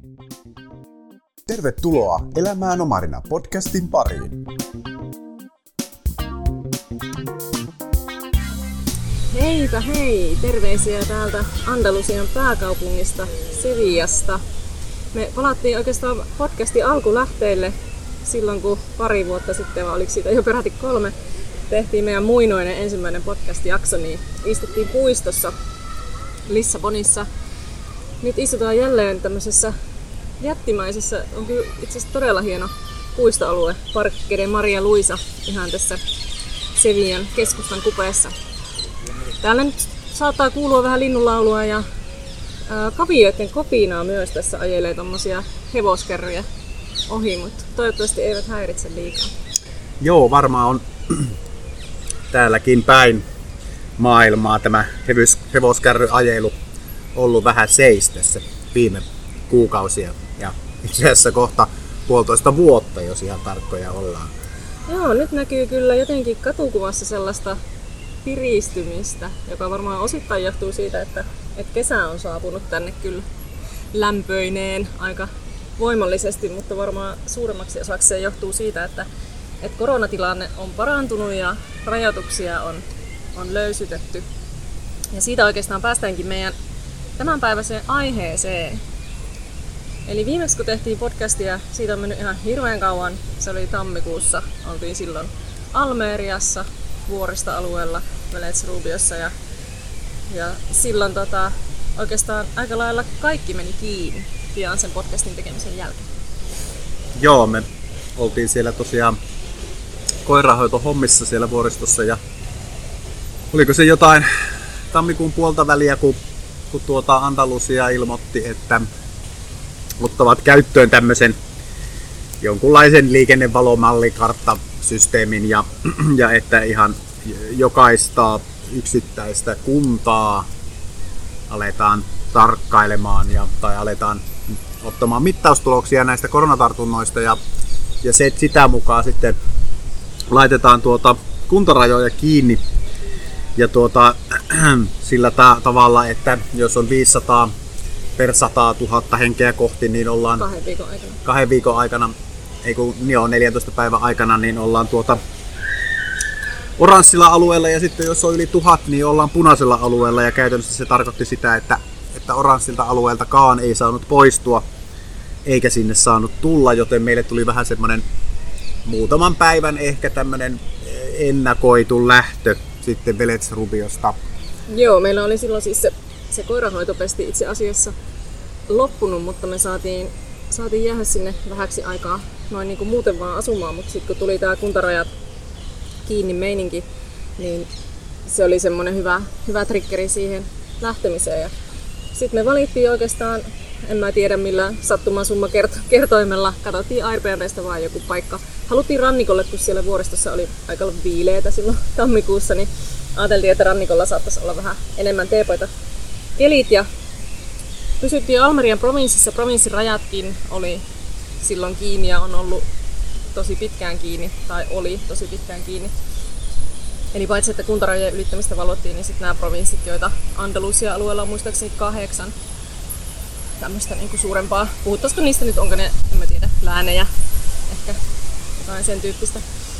Tervetuloa Elämää Nomadina podcastin pariin. Heipä hei! Terveisiä täältä Andalusian pääkaupungista, Sevillasta. Me palattiin oikeastaan podcastin alkulähteille silloin, kun pari vuotta sitten, vai oliko siitä jo peräti 3, tehtiin meidän muinoinen ensimmäinen podcast-jakso, niin istuttiin puistossa Lissabonissa. Nyt istutaan jälleen tämmöisessä jättimäisessä, on kyllä itse asiassa todella hieno puistoalue, Parque de Maria Luisa, ihan tässä Sevillan keskustan kupeessa. Täällä nyt saattaa kuulua vähän linnunlaulua ja kavioiden kopinaa myös. Tässä ajelee tommosia hevoskärryjä ohi, mutta toivottavasti eivät häiritse liikaa. Joo, varmaan on täälläkin päin maailmaa tämä hevoskärryajelu ollut vähän seis tässä viime kuukausia. Ja itse asiassa kohta 1,5 vuotta, jos ihan tarkkoja ollaan. Joo, nyt näkyy kyllä jotenkin katukuvassa sellaista piristymistä, joka varmaan osittain johtuu siitä, että kesä on saapunut tänne kyllä lämpöineen aika voimallisesti, mutta varmaan suuremmaksi osaksi se johtuu siitä, että koronatilanne on parantunut ja rajoituksia on löysytetty. Ja siitä oikeastaan päästäänkin meidän tämänpäiväiseen aiheeseen. Eli viimeksi kun tehtiin podcastia, siitä on mennyt ihan hirveän kauan, se oli tammikuussa, oltiin silloin Almeriassa, vuoristoalueella, Velez-Rubiossa ja silloin oikeastaan aika lailla kaikki meni kiinni pian sen podcastin tekemisen jälkeen. Joo, me oltiin siellä tosiaan koirahoitohommissa siellä vuoristossa ja oliko se jotain tammikuun puolta väliä, kun Andalusia ilmoitti, että ottavat käyttöön tämmöisen jonkunlaisen liikennevalomallikarttasysteemin ja että ihan jokaista yksittäistä kuntaa aletaan tarkkailemaan tai aletaan ottamaan mittaustuloksia näistä koronatartunnoista ja sitä mukaan sitten laitetaan kuntarajoja kiinni ja sillä tavalla, että jos on 500 per 100 000 henkeä kohti, niin ollaan 2 viikon aikana, 14 päivän aikana, niin ollaan oranssilla alueella ja sitten jos on yli 1000, niin ollaan punaisella alueella ja käytännössä se tarkoitti sitä, että oranssilta alueeltakaan ei saanut poistua eikä sinne saanut tulla, joten meille tuli vähän semmoinen muutaman päivän ehkä tämmöinen ennakoitu lähtö sitten Velez-Rubiosta. Joo, meillä oli silloin siis se koirahoitopesti itse asiassa loppunut, mutta me saatiin jäädä sinne vähäksi aikaa noin niin kuin muuten vaan asumaan, mutta sitten kun tuli tää kuntarajat kiinni meininki, niin se oli semmoinen hyvä triggeri siihen lähtemiseen. Ja sitten me valittiin oikeastaan, en mä tiedä millä sattuman summa kertoimella, katsottiin Airbnb:stä vaan joku paikka. Haluttiin rannikolle, kun siellä vuoristossa oli aika viileitä silloin tammikuussa, niin ajateltiin, että rannikolla saattaisi olla vähän enemmän teepoita kelit. Ja pysyttiin Almerian provinssissa, provinssirajatkin oli silloin kiinni ja on ollut tosi pitkään kiinni, tai oli tosi pitkään kiinni. Eli paitsi, että kuntarajojen ylittämistä valvottiin, niin sitten nämä provinssit, joita Andalusia-alueella on muistaakseni 8 tämmöistä niinku suurempaa. Puhuttaisiko niistä nyt, onko ne, en mä tiedä, läänejä, ehkä jotain sen tyyppistä.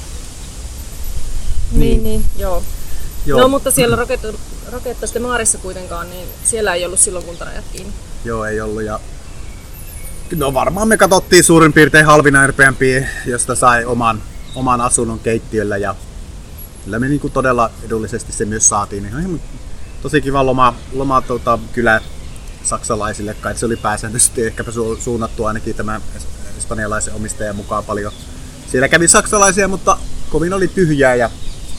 Niin, joo. No, mutta siellä Roquetas de Marissa kuitenkaan, niin siellä ei ollut silloin kuntarajat kiinni. Joo, ei ollut. Ja no varmaan me katsottiin suurin piirtein halvin Airbnb, josta sai oman asunnon keittiöllä ja kyllä me niinku todella edullisesti se myös saatiin. Ihan tosi kiva loma kylä saksalaisille kai. Se oli pääsääntöisesti ehkäpä suunnattu ainakin tämän espanjalaisen omistajan mukaan paljon. Siellä kävi saksalaisia, mutta kovin oli tyhjää ja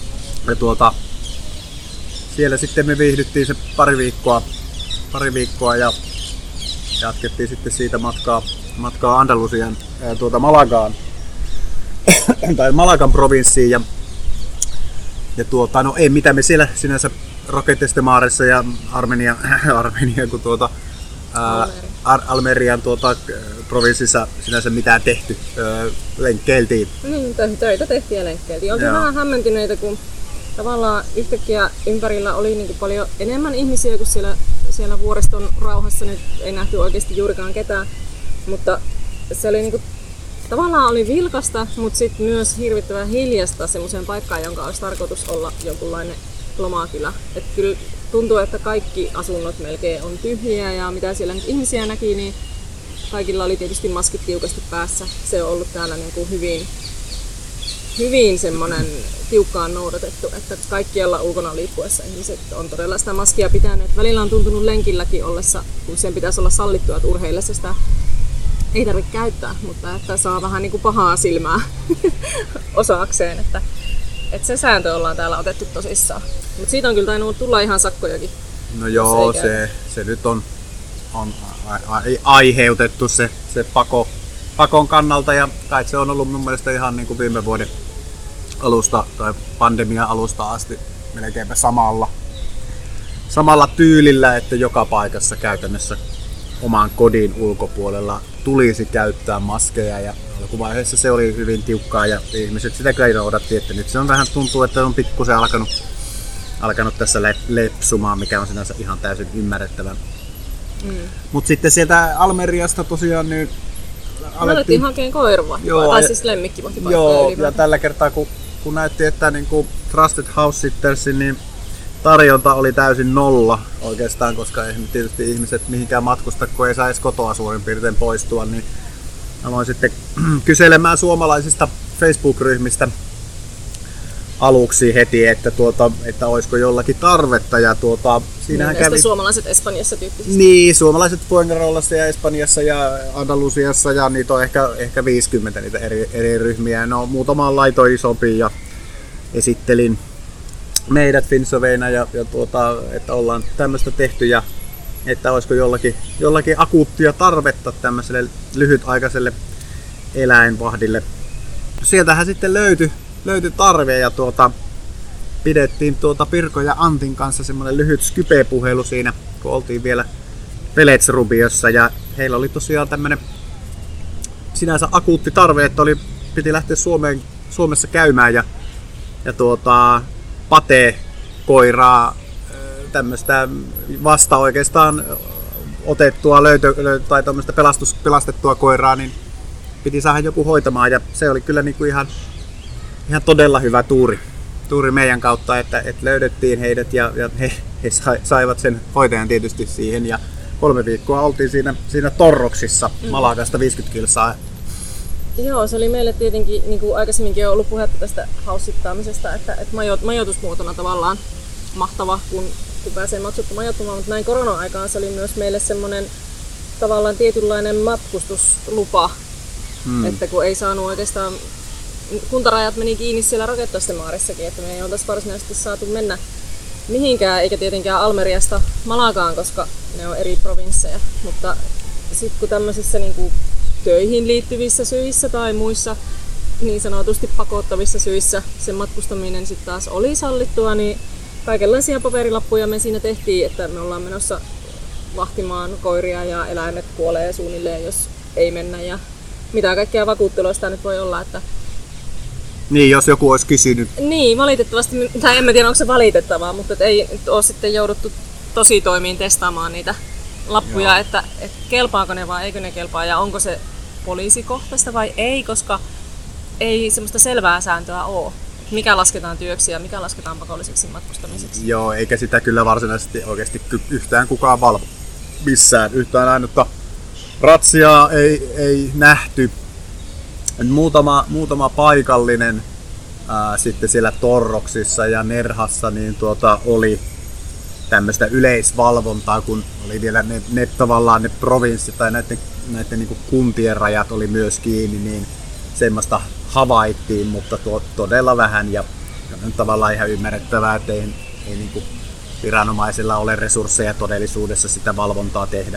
siellä sitten me viihdyttiin se pari viikkoa ja jatkettiin sitten siitä matkaa Andalusian Malagaan tai Malagan provinssiin ja no ei mitään me siellä sinänsä Roquetas de Marissa ja Armenia kun Almerian provinssissa sinänsä mitään tehty, lenkkeiltiin. Töitä tehtiin ja lenkkeiltiin. Oltiin vähän hämmentyneitä, kun tavallaan yhtäkkiä ympärillä oli niin kuin paljon enemmän ihmisiä kuin siellä vuoriston rauhassa. Nyt ei nähty oikeasti juurikaan ketään. Mutta se oli niinku, tavallaan oli vilkasta, mutta sitten myös hirvittävän hiljasta semmoiseen paikkaan, jonka olisi tarkoitus olla jonkunlainen lomakylä. Et kyllä tuntuu, että kaikki asunnot melkein on tyhjiä ja mitä siellä nyt ihmisiä näki, niin kaikilla oli tietysti maskit tiukasti päässä. Se on ollut täällä niinku hyvin semmoinen tiukkaan noudatettu, että kaikkialla ulkona liikkuessa ihmiset on todella sitä maskia pitänyt. Välillä on tuntunut lenkilläkin ollessa, kun sen pitäisi olla sallittua, että urheillessa sitä ei tarvitse käyttää, mutta että saa vähän niin kuin pahaa silmää osaakseen, että se sääntö ollaan täällä otettu tosissaan. Mutta siitä on kyllä tainnut tulla ihan sakkojakin. No joo, se nyt on aiheutettu se pakon kannalta ja kai se on ollut mun mielestä ihan niin kuin viime vuoden alusta tai pandemian alusta asti melkeinpä samalla tyylillä, että joka paikassa käytännössä oman kodin ulkopuolella tulisi käyttää maskeja ja alkuvaiheessa se oli hyvin tiukkaa ja ihmiset sitä kyllä noudatti, että nyt se on vähän tuntuu, että on pikkusen alkanut tässä lepsumaan, mikä on sinänsä ihan täysin ymmärrettävän. Mutta sitten sieltä Almeriasta tosiaan niin alettiin hakemaan koiruvahtipaikkaa, tai siis lemmikkivahtipaikkaa. Joo, ja tällä kertaa kun näytti, että niin kuin Trusted House Sittersin, niin tarjonta oli täysin nolla oikeastaan, koska ei tietysti ihmiset mihinkään matkusta, kun ei saa edes kotoa suurin piirtein poistua, niin aloin sitten kyselemään suomalaisista Facebook-ryhmistä aluksi heti, että olisiko jollakin tarvetta. Ja siinähän kävi suomalaiset Espanjassa tyyppisesti. Niin, suomalaiset Fuengirollassa ja Espanjassa ja Andalusiassa ja niitä on ehkä 50 niitä eri ryhmiä. No muutamaan laitoin isompiin ja esittelin meidät Finsoveina ja että ollaan tämmöistä tehty ja että olisiko jollakin akuuttia tarvetta tämmöiselle lyhytaikaiselle eläinvahdille. Sieltähän sitten löytyi tarve ja pidettiin Pirko ja Antin kanssa semmoinen lyhyt Skype-puhelu siinä, kun oltiin vielä Peletsrubiossa ja heillä oli tosiaan tämmöinen sinänsä akuutti tarve, että piti lähteä Suomessa käymään ja Pate-koiraa, tämmöistä vasta oikeastaan otettua tai tämmöistä pelastettua koiraa, niin piti saada joku hoitamaan ja se oli kyllä niinku ihan todella hyvä tuuri meidän kautta, että löydettiin heidät ja he saivat sen hoitajan tietysti siihen ja 3 viikkoa oltiin siinä Torroksissa Malagasta 50 kilsaa. Joo, se oli meille tietenkin, niin kuin aikaisemminkin on ollut puhetta tästä haussittaamisesta, että majoitusmuotona tavallaan mahtava, kun pääsee maksutta majoittumaan, mutta näin korona-aikaan se oli myös meille semmoinen tavallaan tietynlainen matkustuslupa, että kun ei saanut oikeastaan, kuntarajat meni kiinni siellä Roquetas-Marissakin, että me ei oltaisi varsinaisesti saatu mennä mihinkään, eikä tietenkään Almeriasta Malagaan, koska ne on eri provinsseja, mutta sitten kun tämmöisissä niin kuin töihin liittyvissä syissä tai muissa niin sanotusti pakottavissa syissä sen matkustaminen sitten taas oli sallittua, niin kaikenlaisia paperilappuja me siinä tehtiin, että me ollaan menossa vahtimaan koiria ja eläimet kuolee suunnilleen, jos ei mennä ja mitä kaikkea vakuutteluista nyt voi olla, että niin, jos joku olisi kysynyt. Niin, valitettavasti, tai en tiedä onko se valitettavaa, mutta ei ole sitten jouduttu tosi toimiin testaamaan niitä lappuja, että kelpaako ne vai eikö ne kelpaa ja onko se poliisikohtaista vai ei, koska ei semmoista selvää sääntöä ole. Mikä lasketaan työksi ja mikä lasketaan pakolliseksi matkustamiseksi. Joo, eikä sitä kyllä varsinaisesti oikeasti yhtään kukaan valvo missään. Yhtään ainutta ratsiaa ei nähty. Muutama paikallinen sitten siellä Torroksissa ja Nerhassa niin oli tämmöistä yleisvalvontaa, kun oli vielä ne tavallaan ne provinssit tai näiden niin kuin kuntien rajat oli myös kiinni, niin semmoista havaittiin, mutta todella vähän ja tavallaan ihan ymmärrettävää, että ei niin kuin viranomaisilla ole resursseja todellisuudessa sitä valvontaa tehdä.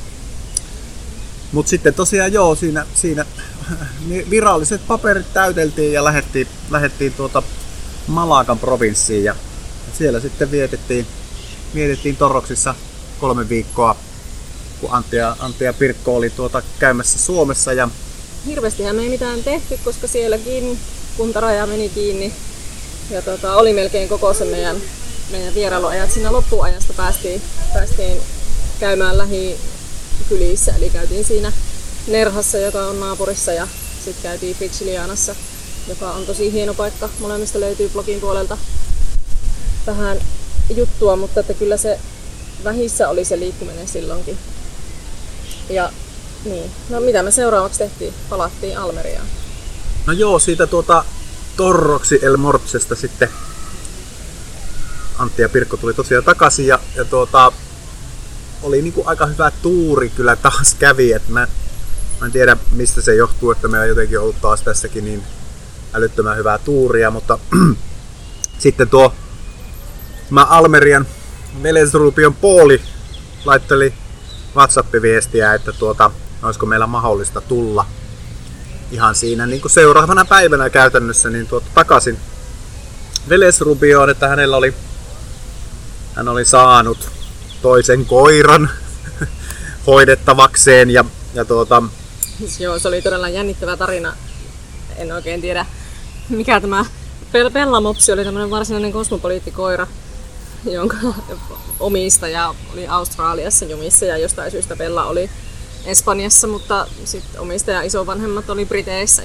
Mutta sitten tosiaan joo, siinä viralliset paperit täyteltiin ja lähdettiin Malagan provinssiin ja siellä sitten vietettiin Torroksissa 3 viikkoa, kun Antti ja Pirkko oli käymässä Suomessa. Ja hirveästihän me ei mitään tehty, koska sielläkin kuntaraja meni kiinni ja oli melkein koko se meidän vierailuajat. Siinä loppuajasta päästiin käymään lähikylissä, eli käytiin siinä Nerhassa, joka on naapurissa, ja sitten käytiin Fritsilianassa, joka on tosi hieno paikka. Molemmista löytyy blogin puolelta vähän juttua, mutta että kyllä se vähissä oli se liikkuminen silloinkin. Ja niin. No mitä me seuraavaksi tehtiin? Palattiin Almeriaan. No joo, siitä Torroksi El Mortsesta sitten Antti ja Pirkko tuli tosiaan takaisin ja oli niinku aika hyvä tuuri kyllä taas kävi, että mä en tiedä mistä se johtuu, että meillä on jotenkin ollut taas tässäkin niin älyttömän hyvää tuuria, mutta sitten mä Almerian Velesrubion Pauli laitteli WhatsApp-viestiä, että olisiko meillä mahdollista tulla ihan siinä niin kuin seuraavana päivänä käytännössä niin takaisin Velesrubioon, että hän oli saanut toisen koiran hoidettavakseen ja Joo, se oli todella jännittävä tarina. En oikein tiedä mikä tämä Bella-mopsi oli, tämmöinen varsinainen kosmopoliittikoira, jonka omistaja oli Australiassa jumissa ja jostain syystä Bella oli Espanjassa, mutta sitten omistaja isovanhemmat oli Briteissä.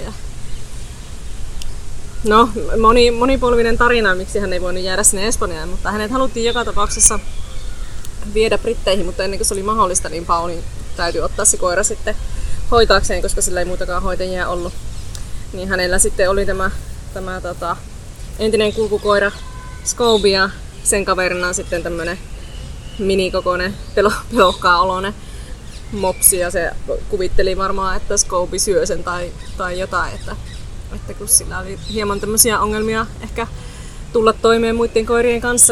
No, monipolvinen tarina, miksi hän ei voinut jäädä sinne Espanjaan, mutta hänet haluttiin joka tapauksessa viedä Britteihin, mutta ennen kuin se oli mahdollista, niin Paulin täytyy ottaa se koira sitten hoitaakseen, koska sillä ei muutakaan hoitajia ollut. Niin hänellä sitten oli tämä entinen kulkukoira Scooby ja sen kaverina sitten tämmönen minikokoinen pelokkaan oloinen mopsi ja se kuvitteli varmaan, että Scooby syö sen tai jotain, että kun sillä oli hieman tämmöisiä ongelmia ehkä tulla toimeen muiden koirien kanssa,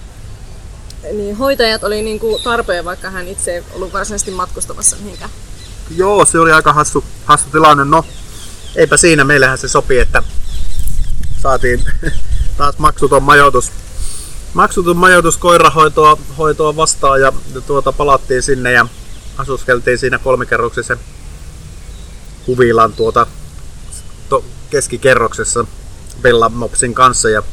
niin hoitajat oli niinku tarpeen, vaikka hän itse ei ollut varsinaisesti matkustamassa mihinkään. Joo, se oli aika hassu tilanne. No, eipä siinä, meillähän se sopi, että saatiin taas maksuton majoitus koirahoitoa vastaan ja palattiin sinne ja asuskeltiin siinä 3-kerroksisen huvilan keskikerroksessa Bella Mopsin kanssa ja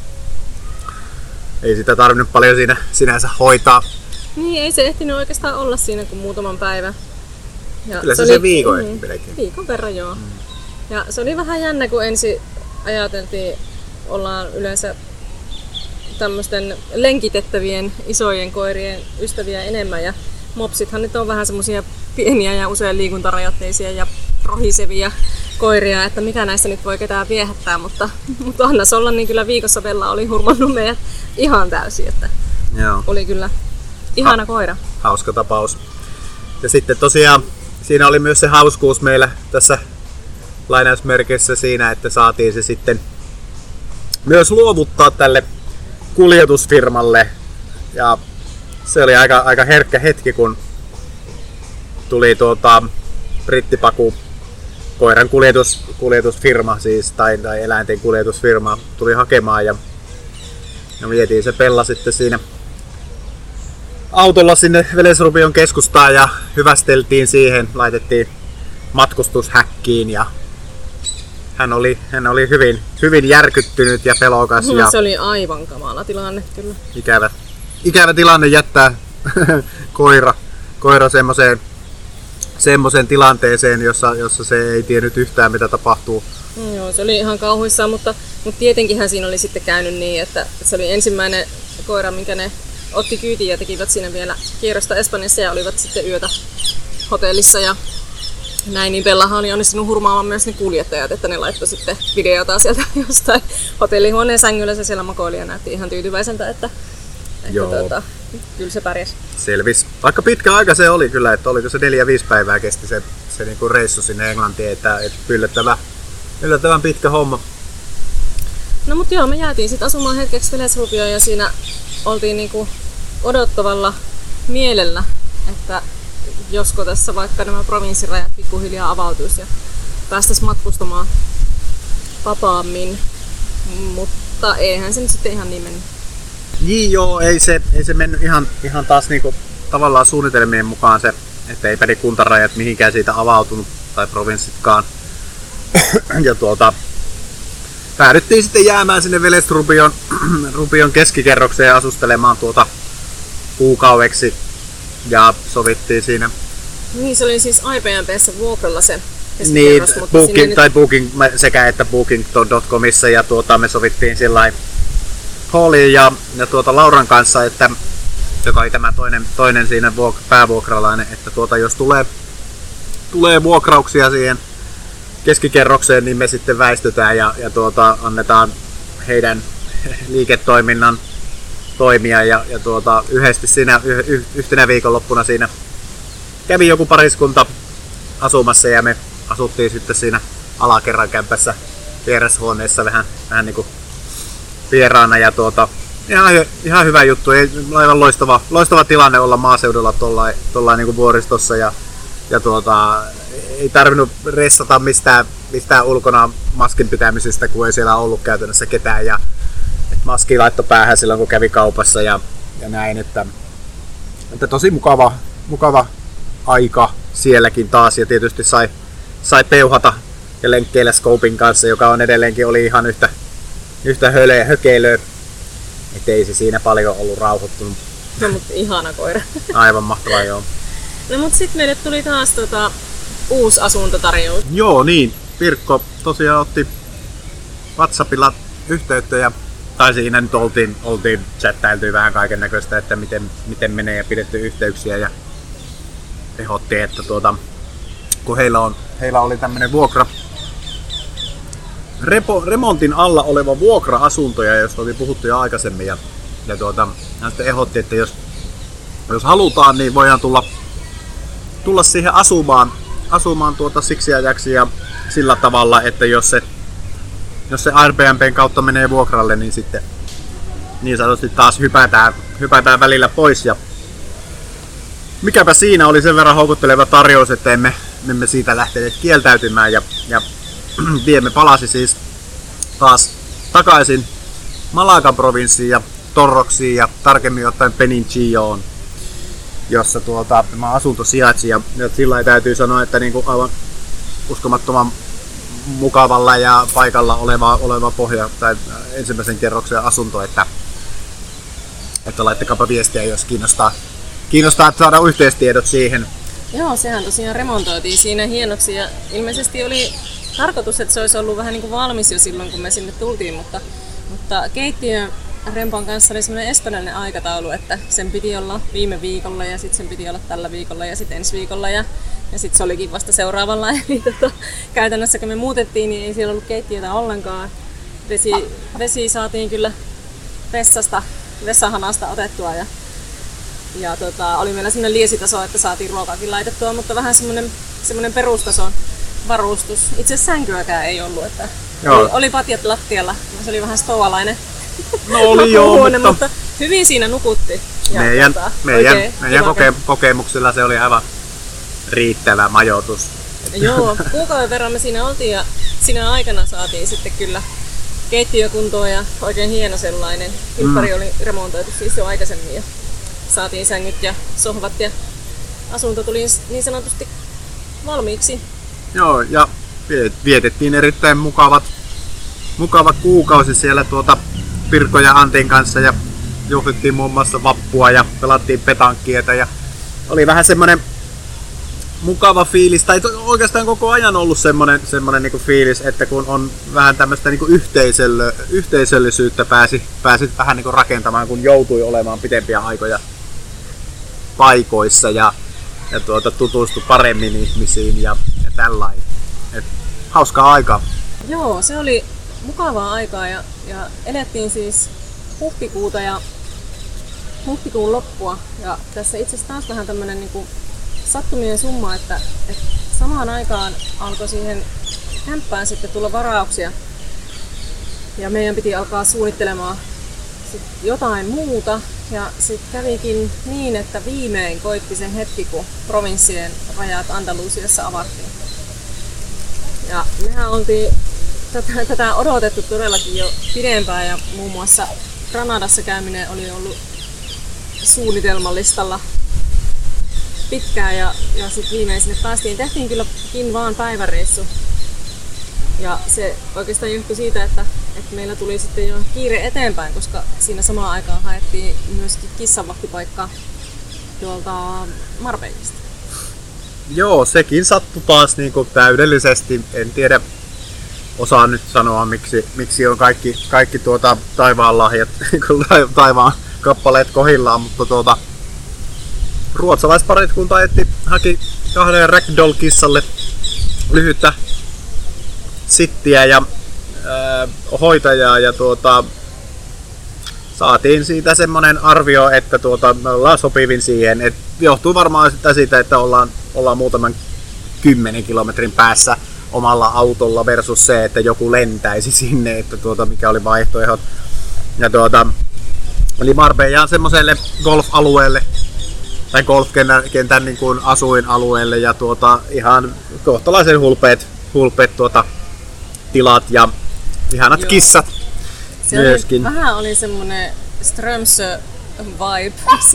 ei sitä tarvinnut paljon siinä sinänsä hoitaa. Niin, ei se ehtinyt oikeastaan olla siinä kuin muutaman päivän. Ja kyllä se viikon ehti melkein. Viikon verran, joo. Ja se oli vähän jännä, kun ensin ajateltiin, ollaan yleensä tämmöisten lenkitettävien isojen koirien ystäviä enemmän ja mopsithan nyt on vähän semmosia pieniä ja usein liikuntarajoitteisia ja rohisevia koiria, että mikä näistä nyt voi ketään viehättää, mutta annas olla, niin kyllä viikossa Bella oli hurmannut meidät ihan täysin, että joo. Oli kyllä ihana koira. Hauska tapaus. Ja sitten tosiaan siinä oli myös se hauskuus meillä tässä lainausmerkissä siinä, että saatiin se sitten myös luovuttaa tälle kuljetusfirmalle ja se oli aika herkkä hetki, kun tuli brittipaku koiran kuljetusfirma siis, tai eläinten kuljetusfirma tuli hakemaan ja vietiin se Bella sitten siinä autolla sinne Velesrubion keskustaan ja hyvästeltiin siihen, laitettiin matkustushäkkiin ja hän oli hyvin järkyttynyt ja pelokas. Ja se oli aivan kamala tilanne kyllä. Ikävä tilanne jättää koira semmoiseen tilanteeseen, jossa se ei tiennyt yhtään mitä tapahtuu. Joo, se oli ihan kauhuissaan, mutta tietenkinhän siinä oli sitten käynyt niin, että se oli ensimmäinen koira, minkä ne otti kyytiin ja tekivät siinä vielä kierrosta Espanjassa ja olivat sitten yötä hotellissa ja näin, niin Bellahan oli onnistunut hurmaamaan myös ne kuljettajat, että ne laittoi sitten videota sieltä jostain hotellihuoneen sängyllä, se siellä makoili ja näytti ihan tyytyväiseltä, että kyllä se pärjäsi. Selvis. Aika pitkä aika se oli kyllä, että oliko se 4-5 päivää kesti se niinku reissu sinne Englantiin, että yllättävän pitkä homma. No mut joo, me jäätiin sitten asumaan hetkeksi Velesrubioon ja siinä oltiin niinku odottavalla mielellä, että josko tässä vaikka nämä provinssirajat pikkuhiljaa avautuisi ja päästäisiin matkustamaan vapaammin, mutta eihän se nyt sitten ihan niin mennyt. Niin joo, ei se mennyt ihan taas niinku tavallaan suunnitelmien mukaan se, että eipä ne kuntarajat mihinkään siitä avautunut tai provinssitkaan. Ja päädyttiin sitten jäämään sinne Velesrubion keskikerrokseen asustelemaan kuukaudeksi ja sovittiin siinä Niin, se oli siis Airbnb:ssä vuokralla se Niin, keskikerros, mutta Booking, tai Booking sekä että Booking.comissa ja me sovittiin sillain Hallin ja Lauran kanssa, että joka oli tämä toinen siinä päävuokralainen, että jos tulee vuokrauksia siihen keskikerrokseen, niin me sitten väistytään ja annetaan heidän liiketoiminnan toimia ja yhdesti siinä yhtenä viikonloppuna siinä kävi joku pariskunta asumassa ja me asuttiin sitten siinä alakerran kämpässä vierashuoneessa vähän niin kuin vieraana ja ihan hyvä juttu, aivan loistava tilanne olla maaseudulla tuolla niin kuin vuoristossa ja ei tarvinnut ressata mistään ulkona maskin pitämisestä, kun ei siellä ollut käytännössä ketään ja maski laittoi päähän silloin kun kävi kaupassa ja näin, että tosi mukava aika sielläkin taas ja tietysti sai peuhata ja lenkkeillä Scopin kanssa, joka on edelleenkin oli ihan yhtä hökeilöä, ettei se siinä paljon ollut rauhoittunut. No mutta ihana koira. Aivan mahtavaa, joo. No mut sit meille tuli taas uusi asuntotarjous. Joo niin, Pirkko tosiaan otti WhatsAppilla yhteyttä tai siinä nyt oltiin chattailtiin vähän kaiken näköistä, että miten menee ja pidetty yhteyksiä ja ehdotti, että kun heillä oli tämmönen remontin alla oleva vuokra-asuntoja, josta oli puhuttu jo aikaisemmin ja hän sitten ehdotti, että jos halutaan, niin voidaan tulla siihen asumaan siksi ajaksi ja sillä tavalla, että jos se Airbnb:n kautta menee vuokralle, niin sitten niin sanotusti taas hypätään välillä pois. Ja mikäpä siinä oli sen verran houkutteleva tarjous, että emme siitä lähteneet kieltäytymään ja Viemme palasi siis taas takaisin Malagan provinssiin ja Torroksiin ja tarkemmin ottaen Peninchilloon, jossa tämä asunto sijaitsi. Ja sillä täytyy sanoa, että niin kuin aivan uskomattoman mukavalla ja paikalla oleva pohja tai ensimmäisen kerroksen asunto, että laittakaapa viestiä, jos kiinnostaa saada yhteistiedot siihen. Joo, sehän tosiaan remontoitiin siinä hienoksi ja ilmeisesti oli tarkoitus, että se olisi ollut vähän niin kuin valmis jo silloin, kun me sinne tultiin, mutta keittiön Rempan kanssa oli semmoinen espanjalainen aikataulu, että sen piti olla viime viikolla ja sitten sen piti olla tällä viikolla ja sitten ensi viikolla ja sitten se olikin vasta seuraavalla. Eli käytännössä kun me muutettiin, niin ei siellä ollut keittiötä ollenkaan. Vesi saatiin kyllä vessahanasta otettua ja oli meillä semmoinen liesitaso, että saatiin ruokaakin laitettua, mutta vähän semmoinen perustason varustus. Itse asiassa sänkyäkään ei ollut, että oli patjat lattialla. Se oli vähän stoalainen. No oli joo, mutta hyvin siinä nukutti. Ja meidän kokemuksella se oli aivan riittävä majoitus. Joo, kuukauden verran me siinä oltiin ja siinä aikana saatiin sitten kyllä keittiökuntoon ja oikein hieno sellainen. Ympäri oli remontoitu siis jo aikaisemmin ja saatiin sängyt ja sohvat ja asunto tuli niin sanotusti valmiiksi. Joo, ja vietettiin erittäin mukava kuukausi siellä Pirkko ja Antin kanssa ja juhlittiin muun muassa vappua ja pelattiin petankkieta ja oli vähän semmoinen mukava fiilis, tai oikeastaan koko ajan ollut semmoinen niinku fiilis, että kun on vähän tämmöistä niinku yhteisöllisyyttä pääsi vähän niinku rakentamaan, kun joutui olemaan pitempiä aikoja paikoissa ja tutustui paremmin ihmisiin ja tällainen. Hauskaa aikaa. Joo, se oli mukavaa aikaa ja elettiin siis huhtikuuta ja huhtikuun loppua ja tässä itse asiassa taas vähän tämmönen niinku sattumien summa, että samaan aikaan alkoi siihen kämppään sitten tulla varauksia ja meidän piti alkaa suunnittelemaan jotain muuta ja sitten kävikin niin, että viimein koitti sen hetki, kun provinssien rajat Andalusiassa avattiin. Ja mehän oltiin tätä odotettu todellakin jo pidempään ja muun muassa Granadassa käyminen oli ollut suunnitelmalistalla pitkään ja sitten viimein sinne päästiin. Tehtiin kylläkin vaan päiväreissu. Ja se oikeastaan johtui siitä, että meillä tuli sitten jo kiire eteenpäin, koska siinä samaan aikaan haettiin myöskin kissanvahtipaikkaa tuolta Marbellista. joo, sekin sattui taas niinku täydellisesti. En tiedä, osaan nyt sanoa miksi on kaikki taivaan lahjat, taivaan kappaleet kohillaan, mutta ruotsalaisparitkunta haki 2 ragdoll-kissalle lyhyttä sittiä ja hoitajaa ja saatiin siitä semmonen arvio, että me ollaan sopivin siihen. Et johtuu varmaan siitä, että ollaan muutaman 10 kilometrin päässä omalla autolla versus se, että joku lentäisi sinne, että mikä oli vaihtoehdot. Ja eli Marbellaan semmoiselle golf-alueelle tai golfkentän niin kuin asuinalueelle ja ihan kohtalaisen hulpeet tilat ja ihanat kissat myöskin. Vähän oli semmonen Strömsö vibe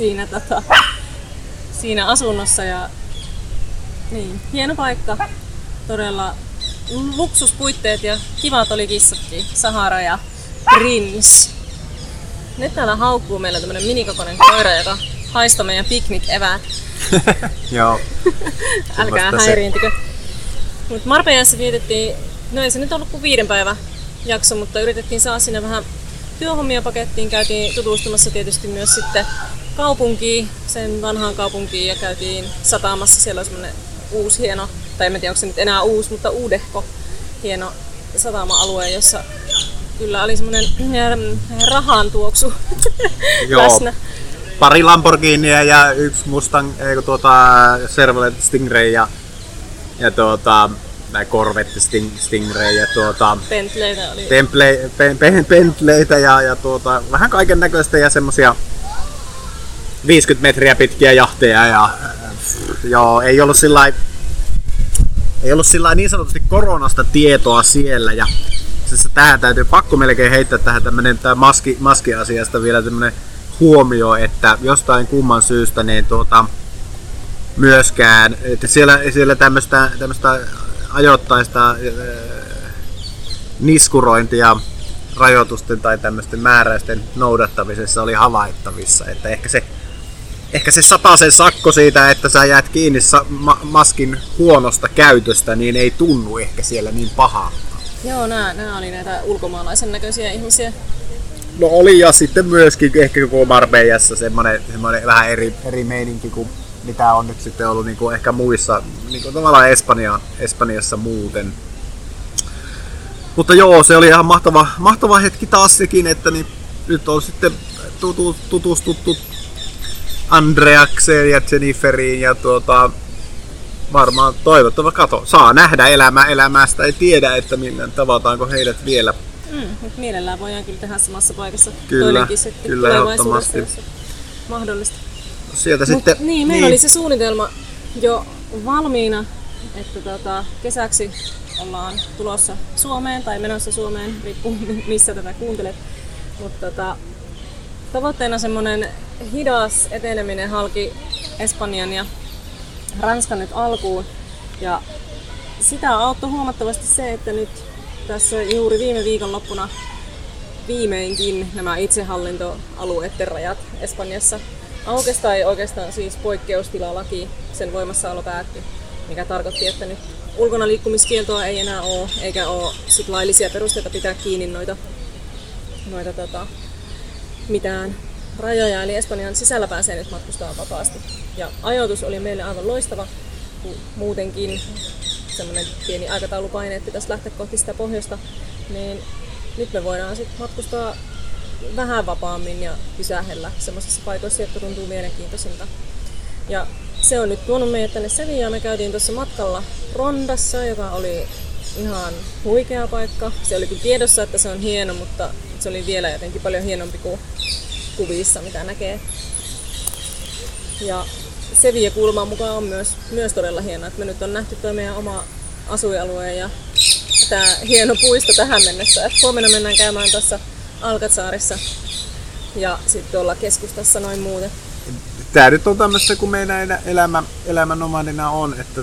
siinä asunnossa ja niin, hieno paikka. Todella luksuspuitteet ja kivat oli kissatkin. Sahara ja Prince. Nyt täällä haukkuu meillä tämmönen minikokoinen koira, joka haistoi meidän piknik-eväät. Joo. Älkää häiriintykö. Mut Marbellassa vietettiin, no ei se nyt ollut kuin 5 päivän jakso, mutta yritettiin saada sinne vähän työhommia pakettiin. Käytiin tutustumassa tietysti myös sitten kaupunkiin, sen vanhaan kaupunkiin ja käytiin satamassa. Siellä on semmonen uusi hieno, tai en tiedä onko se nyt enää uusi, mutta uudehko hieno satama-alue, jossa kyllä oli semmonen rahan tuoksu läsnä. Pari Lamborghiniä ja 1 Mustang, Chevrolet Stingray ja Corvette Stingray ja Bentleytä oli. Bentleytä ja vähän kaiken näköistä ja semmosia 50 metriä pitkiä jahteja ja joo, ei ollut sillai niin sanotusti koronasta tietoa siellä ja tähän täytyy pakko melkein heittää tähän tämmönen maski-asiasta vielä tämmönen huomio, että jostain kumman syystä niin myöskään, että siellä tämmöstä ajoittaista niskurointia rajoitusten tai tämmöisten määräysten noudattamisessa oli havaittavissa, että ehkä se 100 sakko siitä, että sä jäät kiinni maskin huonosta käytöstä, niin ei tunnu ehkä siellä niin pahalta. Joo, nämä oli näitä ulkomaalaisen näköisiä ihmisiä. No oli, ja sitten myöskin ehkä koko Marbellassa semmoinen vähän eri meininki kuin mitä on nyt sitten ollut niin kuin ehkä muissa, niin kuin tavallaan Espanjassa muuten. Mutta joo, se oli ihan mahtava hetki taas sekin, että niin nyt on sitten tutustuttu Andreakseen ja Jenniferiin ja varmaan saa nähdä elämästä, ei tiedä, että tavataanko heidät vielä. Mutta mielellään voidaan kyllä tehdä samassa paikassa toinenkin setti tulevaisuudessa, jos on mahdollista. Sieltä sitten, meillä oli se suunnitelma jo valmiina, että kesäksi ollaan tulossa Suomeen tai menossa Suomeen, riippuu missä tätä kuuntelet. Mutta tavoitteena semmoinen hidas eteneminen halki Espanjan ja Ranskan nyt alkuun. Ja sitä auttoi huomattavasti se, että nyt tässä juuri viime viikonloppuna viimeinkin nämä itsehallintoalueiden rajat Espanjassa oikeastaan siis poikkeustilalaki, sen voimassaolo päättyi, mikä tarkoitti, että nyt ulkona liikkumiskieltoa ei enää ole, eikä ole sit laillisia perusteita pitää kiinni noita mitään rajoja, eli Espanjan sisällä pääsee nyt matkustamaan vapaasti. Ja ajoitus oli meille aivan loistava, muutenkin semmoinen pieni aikataulupaine, että pitäisi lähteä kohti sitä pohjoista, niin nyt me voidaan sitten matkustaa vähän vapaammin ja pysähellä semmoisissa paikoissa, jotka tuntuu mielenkiintoisilta. Ja se on nyt tuonut meidät tänne Sevillaan. Me käytiin tuossa matkalla Rondassa, joka oli ihan huikea paikka. Se oli kyllä tiedossa, että se on hieno, mutta se oli vielä jotenkin paljon hienompi kuin kuvissa, mitä näkee. Ja Sevilla kuulemaan mukaan on myös todella hieno. Me nyt on nähty tuo meidän oma asuinalue ja tämä hieno puisto tähän mennessä. Huomenna mennään käymään tuossa Alcatrazarissa ja sitten tuolla keskustassa noin muuten. Tää nyt on tämmöistä, kun meidän elämänomaisena on, että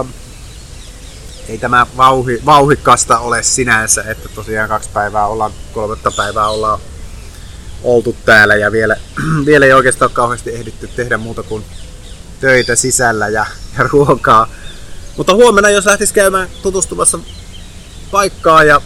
ei tämä vauhikasta ole sinänsä, että tosiaan 3 päivää ollaan oltu täällä ja vielä ei oikeastaan kauheasti ehditty tehdä muuta kuin töitä sisällä ja Mutta huomenna, jos lähtis käymään tutustumassa paikkaa ja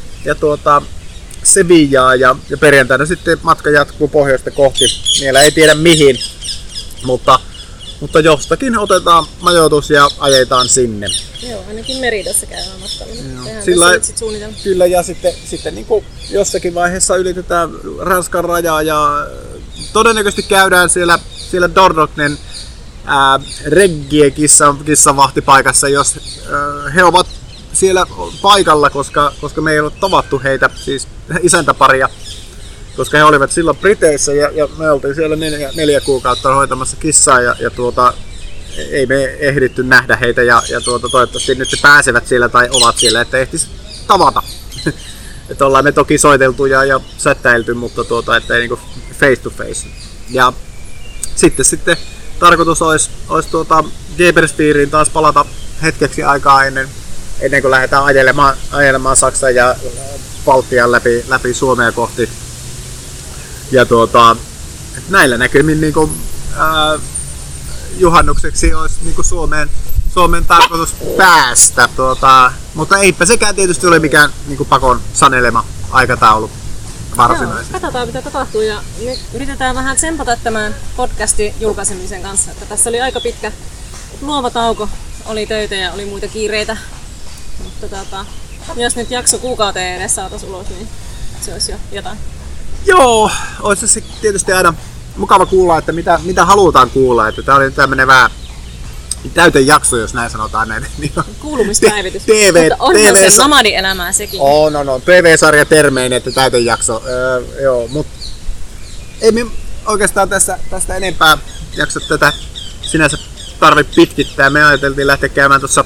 Sevillaa ja perjantaina sitten matka jatkuu pohjoista kohti. Vielä ei tiedä mihin, mutta jostakin otetaan majoitus ja ajetaan sinne. Joo, ainakin Meridassa käydään matkalla. Tehdään Sillä tässä nyt suunnitelma. Kyllä, ja sitten niin kuin jossakin vaiheessa ylitetään Ranskan rajaa ja todennäköisesti käydään siellä Dordogne Reggie kissavahtipaikassa, jos he ovat siellä paikalla, koska me ei ole tavattu heitä, siis isäntäparia, koska he olivat silloin Briteissä ja me oltiin siellä 4 kuukautta hoitamassa kissaa ja ei me ehditty nähdä heitä ja toivottavasti nyt pääsevät siellä tai ovat siellä, että ehtis tavata. Että ollaan me toki soiteltu ja sättäilty, mutta että ei niinku face to face. Ja sitten tarkoitus olisi Geberspiiriin taas palata hetkeksi aikaa ennen kuin lähdetään ajelemaan Saksan ja Baltian läpi Suomea kohti. Ja näillä näkymin niinku, juhannukseksi olisi niinku Suomeen tarkoitus päästä. Mutta eipä sekään tietysti ole mikään niinku pakon sanelema aikataulu varsinaisesti. Joo, katsotaan mitä tapahtuu ja nyt yritetään vähän tsempata tämän podcastin julkaisemisen kanssa. Että tässä oli aika pitkä luova tauko, oli töitä ja oli muita kiireitä. Mutta jos nyt jakso kuukauteen edes saataisiin ulos, niin se olisi jo jotain. Joo, olisi se tietysti aina mukava kuulla, että mitä halutaan kuulla. Että tämä oli tämmöinen vähän täytejakso, jos näin sanotaan näin. Kuulumispäivitys. Mutta onhan se nomadielämää sekin. On. TV-sarja termein, että täytejakso. Joo, mutta ei me oikeastaan tästä enempää jaksa tätä sinänsä tarvitse pitkittää. Me ajateltiin lähteä käymään tuossa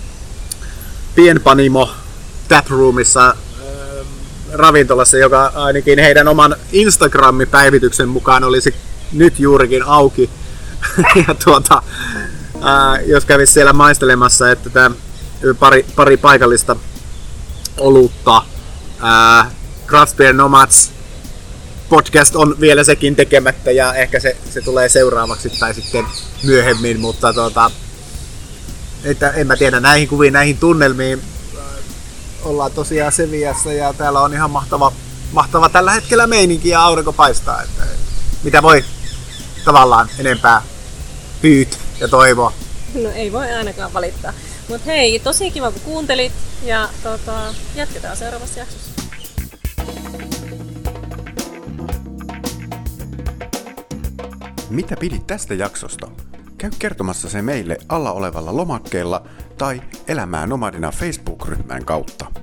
Pienpanimo Taproomissa ravintolassa, joka ainakin heidän oman Instagram-päivityksen mukaan olisi nyt juurikin auki. Ja jos kävisi siellä maistelemassa, että tämä pari paikallista olutta. Craft Beer Nomads podcast on vielä sekin tekemättä ja ehkä se tulee seuraavaksi tai sitten myöhemmin, mutta että en mä tiedä, näihin kuviin, näihin tunnelmiin ollaan tosiaan Sevillassa ja täällä on ihan mahtava tällä hetkellä meininki ja aurinko paistaa, että mitä voi tavallaan enempää pyytää ja toivoa. No ei voi ainakaan valittaa. Mut hei, tosi kiva kun kuuntelit ja jatketaan seuraavassa jaksossa. Mitä pidit tästä jaksosta? Käy kertomassa se meille alla olevalla lomakkeella tai Elämää nomadina Facebook-ryhmän kautta.